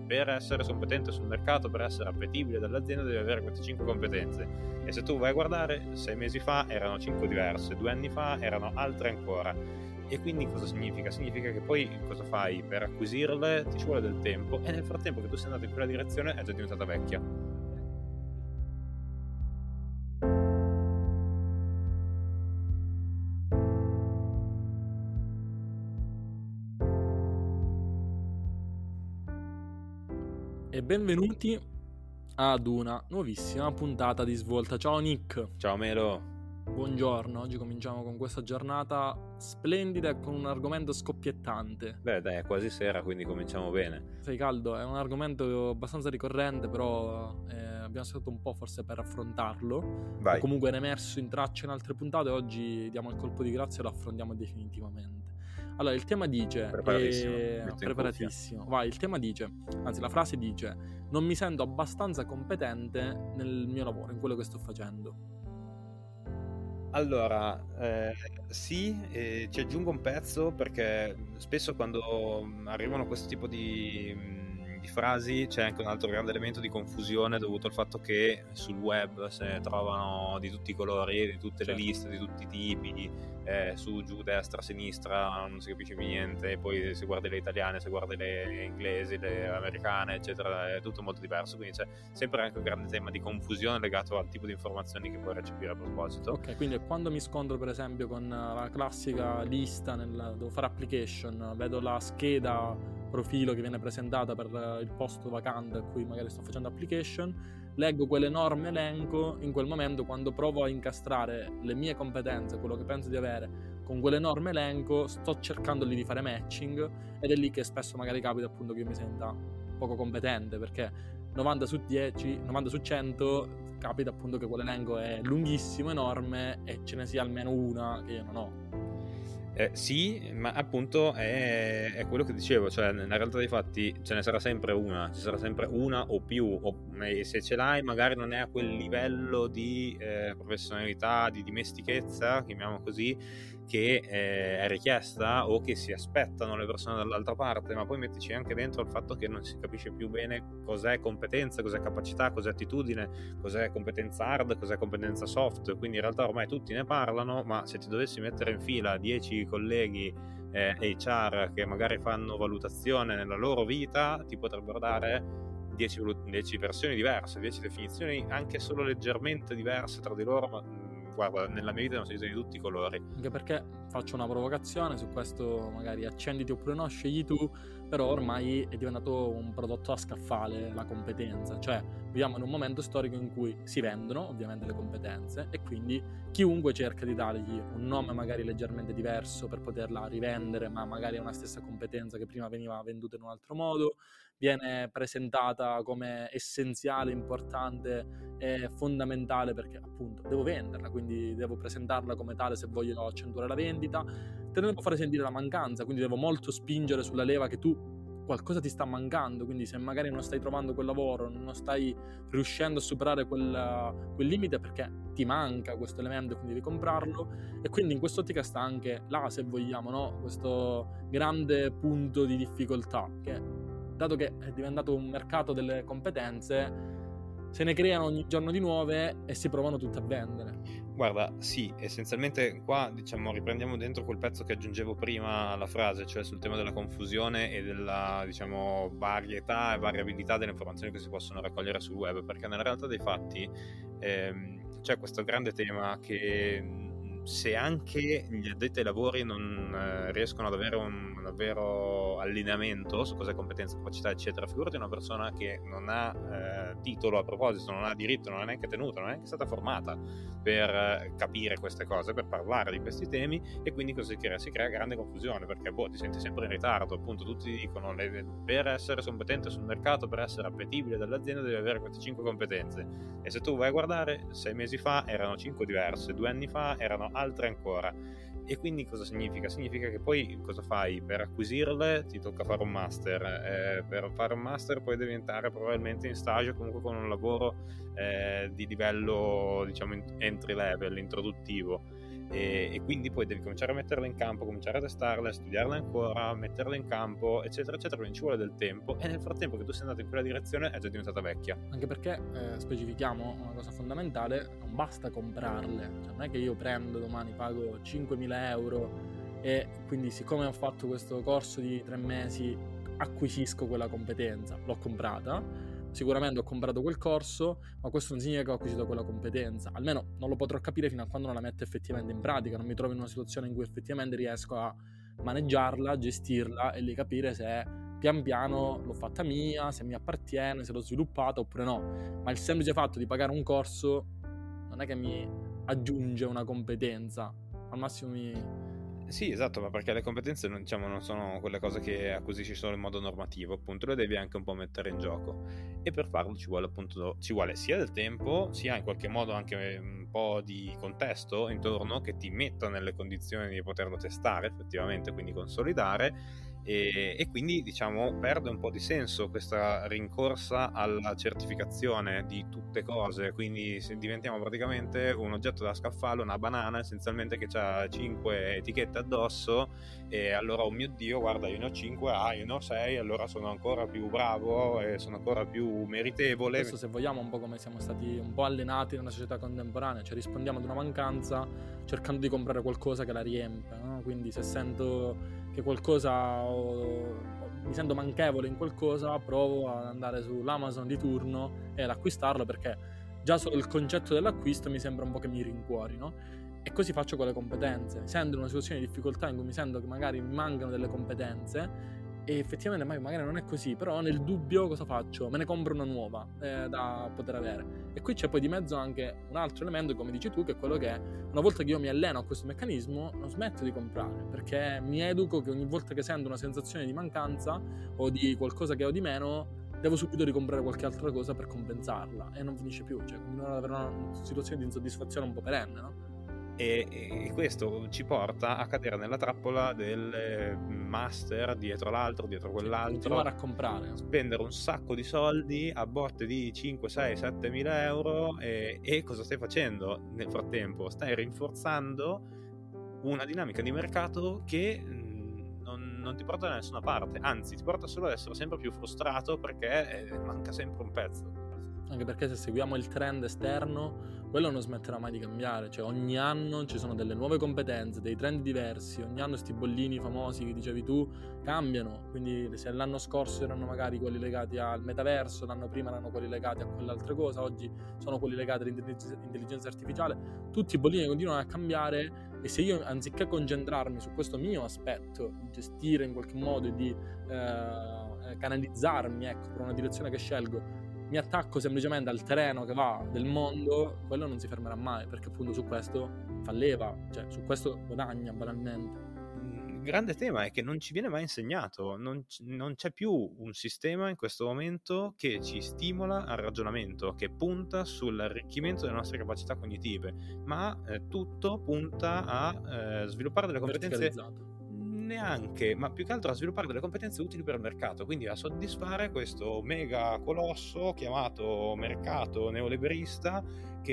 per essere competente sul mercato, per essere appetibile dall'azienda devi avere queste 5 competenze, e se tu vai a guardare 6 mesi fa erano 5 diverse, 2 anni fa erano altre ancora. E quindi cosa significa? Significa che poi cosa fai? Per acquisirle ti ci vuole del tempo, e nel frattempo che tu sei andato in quella direzione è già diventata vecchia. E benvenuti ad una nuovissima puntata di Svolta. Ciao Nick. Ciao Melo. Buongiorno, oggi cominciamo con questa giornata splendida e con un argomento scoppiettante. Beh dai, è quasi sera, quindi cominciamo bene. Sei caldo, è un argomento abbastanza ricorrente, però abbiamo aspettato un po' forse per affrontarlo. Vai. O comunque è emerso in traccia in altre puntate, oggi diamo il colpo di grazia e lo affrontiamo definitivamente. Allora, il tema dice... Preparatissimo. Vai, il tema dice, anzi la frase dice: non mi sento abbastanza competente nel mio lavoro, in quello che sto facendo. Allora, sì, ci aggiungo un pezzo, perché spesso quando arrivano questo tipo di frasi c'è anche un altro grande elemento di confusione dovuto al fatto che sul web se ne trovano di tutti i colori, di tutte le liste, di tutti i tipi, su, giù, destra, sinistra, non si capisce più niente. E poi se guardi le italiane, se guardi le inglesi, le americane, eccetera, è tutto molto diverso, quindi c'è sempre anche un grande tema di confusione legato al tipo di informazioni che puoi recepire a proposito. Ok, quindi quando mi scontro per esempio con la classica lista, devo fare application, vedo la scheda profilo che viene presentata per il posto vacante a cui magari sto facendo application, leggo quell'enorme elenco, in quel momento quando provo a incastrare le mie competenze, quello che penso di avere, con quell'enorme elenco, sto cercando lì di fare matching, ed è lì che spesso magari capita appunto che io mi senta poco competente, perché 90 su 10, 90 su 100 capita appunto che quell'elenco è lunghissimo, enorme, e ce ne sia almeno una che io non ho. Sì, ma appunto è quello che dicevo, cioè nella realtà dei fatti ce ne sarà sempre una, ci sarà sempre una o più, e se ce l'hai magari non è a quel livello di professionalità, di dimestichezza, chiamiamo così, che è richiesta o che si aspettano le persone dall'altra parte. Ma poi mettici anche dentro il fatto che non si capisce più bene cos'è competenza, cos'è capacità, cos'è attitudine, cos'è competenza hard, cos'è competenza soft. Quindi in realtà ormai tutti ne parlano, ma se ti dovessi mettere in fila 10 colleghi HR che magari fanno valutazione nella loro vita, ti potrebbero dare 10 versioni diverse, 10 definizioni anche solo leggermente diverse tra di loro, ma guarda, nella mia vita ne ho sentito di tutti i colori. Anche perché, faccio una provocazione su questo, magari accenditi oppure no, scegli tu, però ormai è diventato un prodotto a scaffale la competenza, cioè viviamo in un momento storico in cui si vendono ovviamente le competenze, e quindi chiunque cerca di dargli un nome magari leggermente diverso per poterla rivendere, ma magari è una stessa competenza che prima veniva venduta in un altro modo, viene presentata come essenziale, importante e fondamentale perché appunto devo venderla, quindi devo presentarla come tale se voglio accentuare la vendita, te ne devo fare sentire la mancanza, quindi devo molto spingere sulla leva che tu qualcosa ti sta mancando, quindi se magari non stai trovando quel lavoro, non stai riuscendo a superare quel limite perché ti manca questo elemento e quindi devi comprarlo, e quindi in quest'ottica sta anche là, se vogliamo, no? Questo grande punto di difficoltà che, dato che è diventato un mercato delle competenze, se ne creano ogni giorno di nuove e si provano tutte a vendere. Guarda, sì, essenzialmente qua diciamo riprendiamo dentro quel pezzo che aggiungevo prima alla frase, cioè sul tema della confusione e della, diciamo, varietà e variabilità delle informazioni che si possono raccogliere sul web, perché nella realtà dei fatti c'è questo grande tema che se anche gli addetti ai lavori non riescono ad avere un vero allineamento su cosa è competenza, capacità, eccetera, figurati una persona che non ha titolo a proposito, non ha diritto, non è neanche tenuta, non è neanche stata formata per capire queste cose, per parlare di questi temi, e quindi cosa si crea? Si crea grande confusione, perché ti senti sempre in ritardo, appunto tutti dicono per essere competente sul mercato, per essere appetibile dall'azienda devi avere queste 5 competenze, e se tu vai a guardare 6 mesi fa erano 5 diverse, 2 anni fa erano altre ancora. E quindi cosa significa? Significa che poi cosa fai? Per acquisirle ti tocca fare un master, per fare un master poi devi entrare probabilmente in stage o comunque con un lavoro di livello, diciamo, entry level, introduttivo, e quindi poi devi cominciare a metterle in campo, cominciare a testarle, studiarle ancora, metterle in campo, eccetera eccetera, quindi ci vuole del tempo, e nel frattempo che tu sei andato in quella direzione è già diventata vecchia. Anche perché, specifichiamo una cosa fondamentale, non basta comprarle, cioè non è che io prendo domani, pago 5.000 euro e quindi siccome ho fatto questo corso di 3 mesi acquisisco quella competenza. L'ho comprata, sicuramente ho comprato quel corso, ma questo non significa che ho acquisito quella competenza, almeno non lo potrò capire fino a quando non la metto effettivamente in pratica, non mi trovo in una situazione in cui effettivamente riesco a maneggiarla, gestirla e lì capire se pian piano l'ho fatta mia, se mi appartiene, se l'ho sviluppata oppure no. Ma il semplice fatto di pagare un corso non è che mi aggiunge una competenza, al massimo mi... Sì, esatto, ma perché le competenze non, diciamo, non sono quelle cose che acquisisci solo in modo normativo, appunto, le devi anche un po' mettere in gioco, e per farlo ci vuole appunto, ci vuole sia del tempo, sia in qualche modo anche un po' di contesto intorno che ti metta nelle condizioni di poterlo testare effettivamente, quindi consolidare. E quindi diciamo perde un po' di senso questa rincorsa alla certificazione di tutte cose, quindi se diventiamo praticamente un oggetto da scaffale, una banana essenzialmente che ha 5 etichette addosso, e allora oh mio Dio, guarda, io ne ho 5, io ne ho 6, allora sono ancora più bravo e sono ancora più meritevole. Questo, se vogliamo, un po' come siamo stati un po' allenati nella società contemporanea, cioè rispondiamo ad una mancanza cercando di comprare qualcosa che la riempie, no? Quindi se sento che qualcosa mi sento manchevole in qualcosa, provo ad andare sull'Amazon di turno e ad acquistarlo, perché già solo il concetto dell'acquisto mi sembra un po' che mi rincuori, no? E così faccio con le competenze. Sento in una situazione di difficoltà in cui mi sento che magari mi mancano delle competenze e effettivamente magari non è così, però nel dubbio cosa faccio? Me ne compro una nuova da poter avere. E qui c'è poi di mezzo anche un altro elemento, come dici tu, che è quello che una volta che io mi alleno a questo meccanismo non smetto di comprare, perché mi educo che ogni volta che sento una sensazione di mancanza o di qualcosa che ho di meno devo subito ricomprare qualche altra cosa per compensarla, e non finisce più, cioè continuare ad avere una situazione di insoddisfazione un po' perenne, no? E questo ci porta a cadere nella trappola del master dietro l'altro, dietro quell'altro, continuare a comprare, spendere un sacco di soldi a botte di 5, 6, 7 mila euro, e cosa stai facendo nel frattempo? Stai rinforzando una dinamica di mercato che non ti porta da nessuna parte, anzi ti porta solo ad essere sempre più frustrato perché manca sempre un pezzo. Anche perché se seguiamo il trend esterno, quello non smetterà mai di cambiare, cioè ogni anno ci sono delle nuove competenze, dei trend diversi, ogni anno sti bollini famosi che dicevi tu cambiano, quindi se l'anno scorso erano magari quelli legati al metaverso, l'anno prima erano quelli legati a quell'altra cosa, oggi sono quelli legati all'intelligenza artificiale, tutti i bollini continuano a cambiare, e se io anziché concentrarmi su questo mio aspetto, gestire in qualche modo e di canalizzarmi, ecco, per una direzione che scelgo, mi attacco semplicemente al terreno che va del mondo, quello non si fermerà mai, perché appunto su questo fa leva, cioè su questo guadagna banalmente. Il grande tema è che non ci viene mai insegnato, non c'è più un sistema in questo momento che ci stimola al ragionamento, che punta sull'arricchimento delle nostre capacità cognitive, ma tutto punta a sviluppare delle competenze, neanche, ma più che altro a sviluppare delle competenze utili per il mercato, quindi a soddisfare questo mega colosso chiamato mercato neoliberista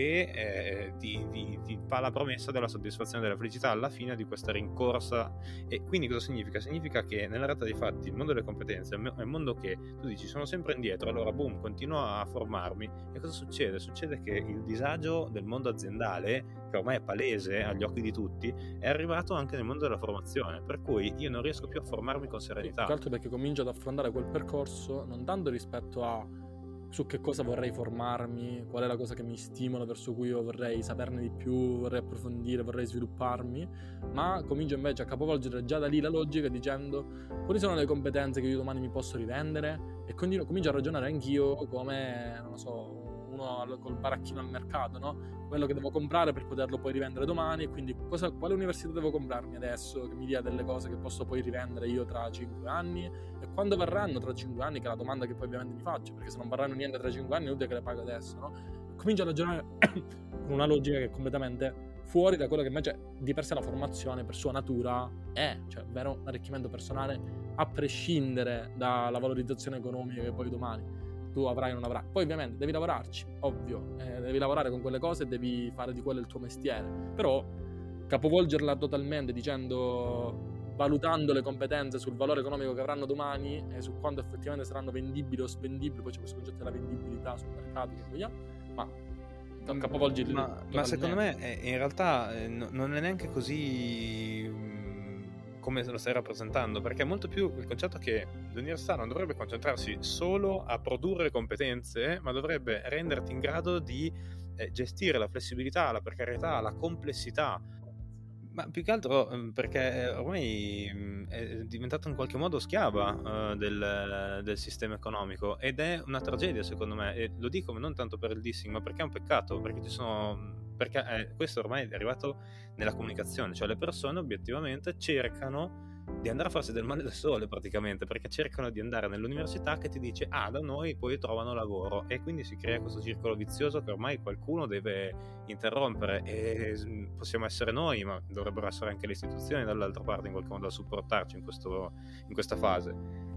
che ti fa la promessa della soddisfazione della felicità alla fine di questa rincorsa. E quindi cosa significa? Significa che nella realtà dei fatti il mondo delle competenze è un mondo che tu dici sono sempre indietro, allora boom, continuo a formarmi, e cosa succede? Succede che il disagio del mondo aziendale, che ormai è palese agli occhi di tutti, è arrivato anche nel mondo della formazione, per cui io non riesco più a formarmi con serenità. Più che altro perché comincio ad affrontare quel percorso non tanto rispetto a su che cosa vorrei formarmi, qual è la cosa che mi stimola, verso cui io vorrei saperne di più, vorrei approfondire, vorrei svilupparmi, ma comincio invece a capovolgere già da lì la logica dicendo quali sono le competenze che io domani mi posso rivendere, e comincio a ragionare anch'io come, non lo so, uno col baracchino al mercato, no? Quello che devo comprare per poterlo poi rivendere domani, e quindi quale università devo comprarmi adesso che mi dia delle cose che posso poi rivendere io tra 5 anni, e quando varranno tra 5 anni, che è la domanda che poi ovviamente mi faccio, perché se non varranno niente tra 5 anni è inutile che le pago adesso, no? Comincio a ragionare con una logica che è completamente fuori da quello che invece di per sé la formazione per sua natura è, cioè vero arricchimento personale a prescindere dalla valorizzazione economica che poi domani tu avrai o non avrai. Poi ovviamente devi lavorarci, ovvio, devi lavorare con quelle cose e devi fare di quello il tuo mestiere, però capovolgerla totalmente dicendo, valutando le competenze sul valore economico che avranno domani e su quanto effettivamente saranno vendibili o spendibili, poi c'è questo concetto della vendibilità sul mercato che vogliamo, ma capovolgi ma secondo me in realtà non è neanche così come lo stai rappresentando, perché è molto più il concetto che l'università non dovrebbe concentrarsi solo a produrre competenze, ma dovrebbe renderti in grado di gestire la flessibilità, la precarietà, la complessità. Ma più che altro perché ormai è diventata in qualche modo schiava del sistema economico, ed è una tragedia secondo me, e lo dico non tanto per il dissing, ma perché è un peccato, perché questo ormai è arrivato nella comunicazione, cioè le persone obiettivamente cercano di andare a farsi del male da sole praticamente, perché cercano di andare nell'università che ti dice da noi poi trovano lavoro, e quindi si crea questo circolo vizioso che ormai qualcuno deve interrompere, e possiamo essere noi, ma dovrebbero essere anche le istituzioni dall'altra parte in qualche modo a supportarci in questa fase.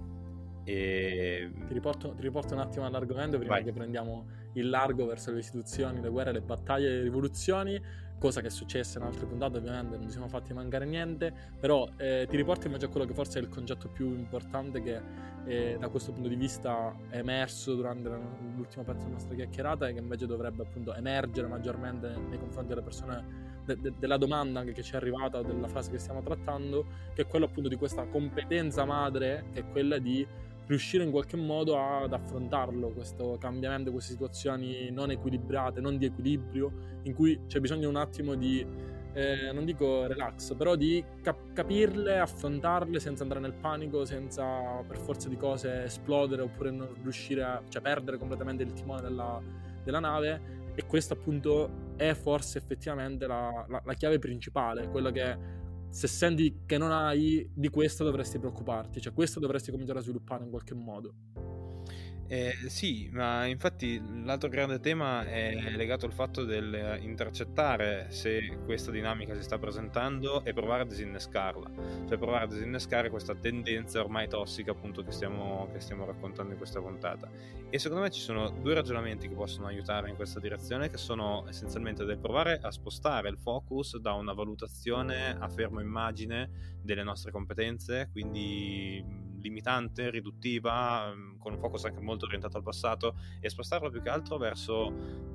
Ti riporto un attimo all'argomento prima che prendiamo il largo verso le istituzioni, le guerre, le battaglie, le rivoluzioni, cosa che è successa in altre puntate, ovviamente non ci siamo fatti mancare niente, però ti riporto invece a quello che forse è il concetto più importante che da questo punto di vista è emerso durante l'ultimo pezzo della nostra chiacchierata, e che invece dovrebbe appunto emergere maggiormente nei confronti delle persone, della domanda anche che ci è arrivata, della frase che stiamo trattando, che è quello appunto di questa competenza madre, che è quella di riuscire in qualche modo ad affrontarlo, questo cambiamento, queste situazioni non equilibrate, non di equilibrio, in cui c'è bisogno un attimo di, non dico relax, però di capirle, affrontarle senza andare nel panico, senza per forza di cose esplodere oppure non riuscire cioè perdere completamente il timone della nave. E questo appunto è forse effettivamente la chiave principale, quello che se senti che non hai, di questo dovresti preoccuparti, cioè questo dovresti cominciare a sviluppare in qualche modo. Sì, ma infatti l'altro grande tema è legato al fatto del intercettare se questa dinamica si sta presentando e provare a disinnescarla, cioè provare a disinnescare questa tendenza ormai tossica appunto che stiamo raccontando in questa puntata. E secondo me ci sono due ragionamenti che possono aiutare in questa direzione, che sono essenzialmente del provare a spostare il focus da una valutazione a fermo immagine delle nostre competenze, quindi limitante, riduttiva, con un focus anche molto orientato al passato, e spostarlo più che altro verso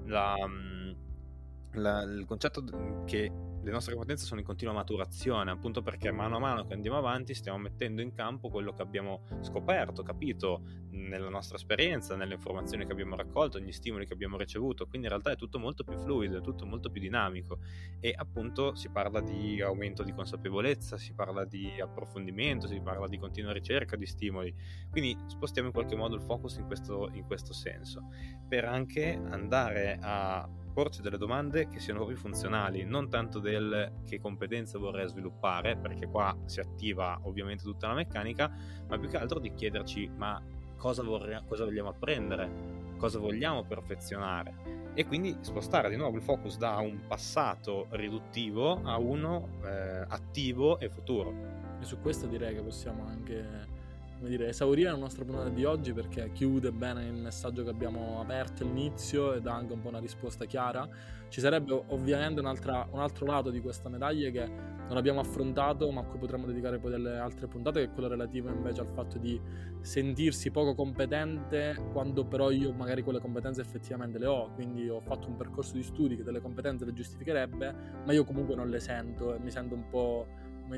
il concetto che le nostre competenze sono in continua maturazione, appunto perché mano a mano che andiamo avanti stiamo mettendo in campo quello che abbiamo scoperto, capito nella nostra esperienza, nelle informazioni che abbiamo raccolto, negli stimoli che abbiamo ricevuto, quindi in realtà è tutto molto più fluido, è tutto molto più dinamico, e appunto si parla di aumento di consapevolezza, si parla di approfondimento, si parla di continua ricerca di stimoli, quindi spostiamo in qualche modo il focus in questo senso, per anche andare a porci delle domande che siano proprio funzionali, non tanto del che competenze vorrei sviluppare, perché qua si attiva ovviamente tutta la meccanica, ma più che altro di chiederci ma cosa vogliamo apprendere, cosa vogliamo perfezionare, e quindi spostare di nuovo il focus da un passato riduttivo a uno attivo e futuro. E su questo direi che possiamo anche esaurire la nostra puntata di oggi, perché chiude bene il messaggio che abbiamo aperto all'inizio e dà anche un po' una risposta chiara. Ci sarebbe ovviamente un altro lato di questa medaglia che non abbiamo affrontato, ma a cui potremmo dedicare poi delle altre puntate, che è quello relativo invece al fatto di sentirsi poco competente quando però io magari quelle competenze effettivamente le ho, quindi ho fatto un percorso di studi che delle competenze le giustificherebbe, ma io comunque non le sento e mi sento un po',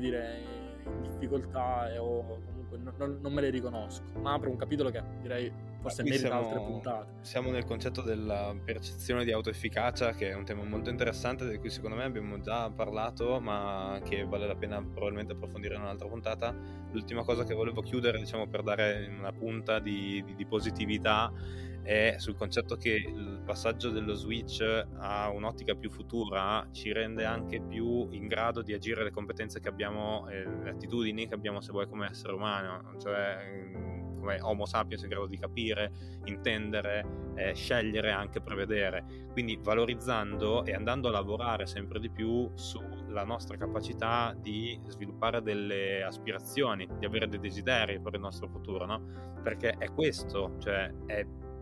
in difficoltà e comunque non me le riconosco. Ma apre un capitolo che direi forse merita altre puntate. Siamo nel concetto della percezione di autoefficacia, che è un tema molto interessante, di cui secondo me abbiamo già parlato, ma che vale la pena probabilmente approfondire in un'altra puntata. L'ultima cosa che volevo chiudere, per dare una punta di positività, è sul concetto che il passaggio dello switch a un'ottica più futura ci rende anche più in grado di agire le competenze che abbiamo, le attitudini che abbiamo, se vuoi, come essere umano, cioè come Homo sapiens, in grado di capire, intendere, scegliere, anche prevedere, quindi valorizzando e andando a lavorare sempre di più sulla nostra capacità di sviluppare delle aspirazioni, di avere dei desideri per il nostro futuro, no? Perché è questo, cioè è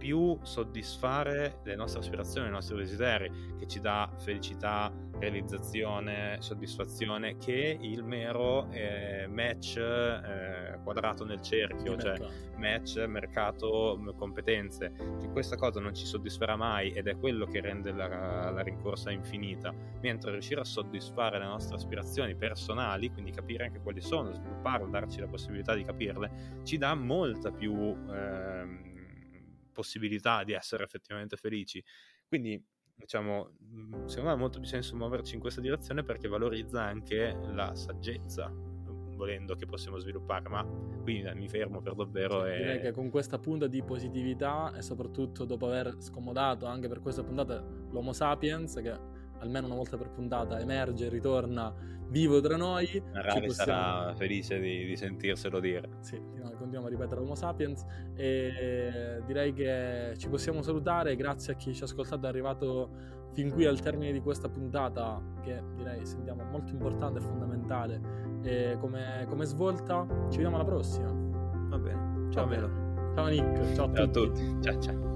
più soddisfare le nostre aspirazioni, i nostri desideri, che ci dà felicità, realizzazione, soddisfazione, che il mero match quadrato nel cerchio, cioè match, mercato, competenze, che questa cosa non ci soddisferà mai, ed è quello che rende la rincorsa infinita, mentre riuscire a soddisfare le nostre aspirazioni personali, quindi capire anche quali sono, svilupparle, darci la possibilità di capirle, ci dà molta più possibilità di essere effettivamente felici. Quindi diciamo, secondo me ha molto più senso muoverci in questa direzione, perché valorizza anche la saggezza, volendo, che possiamo sviluppare. Ma qui mi fermo per davvero. Direi che con questa punta di positività, e soprattutto dopo aver scomodato anche per questa puntata l'Homo sapiens, che almeno una volta per puntata emerge, ritorna vivo tra noi, Rani sarà felice di sentirselo dire. Sì, continuiamo a ripetere Homo sapiens, e direi che ci possiamo salutare. Grazie a chi ci ha ascoltato, è arrivato fin qui al termine di questa puntata, che direi sentiamo molto importante e fondamentale come svolta. Ci vediamo alla prossima. Va bene, ciao Melo. Ciao Nick, ciao a tutti. Ciao.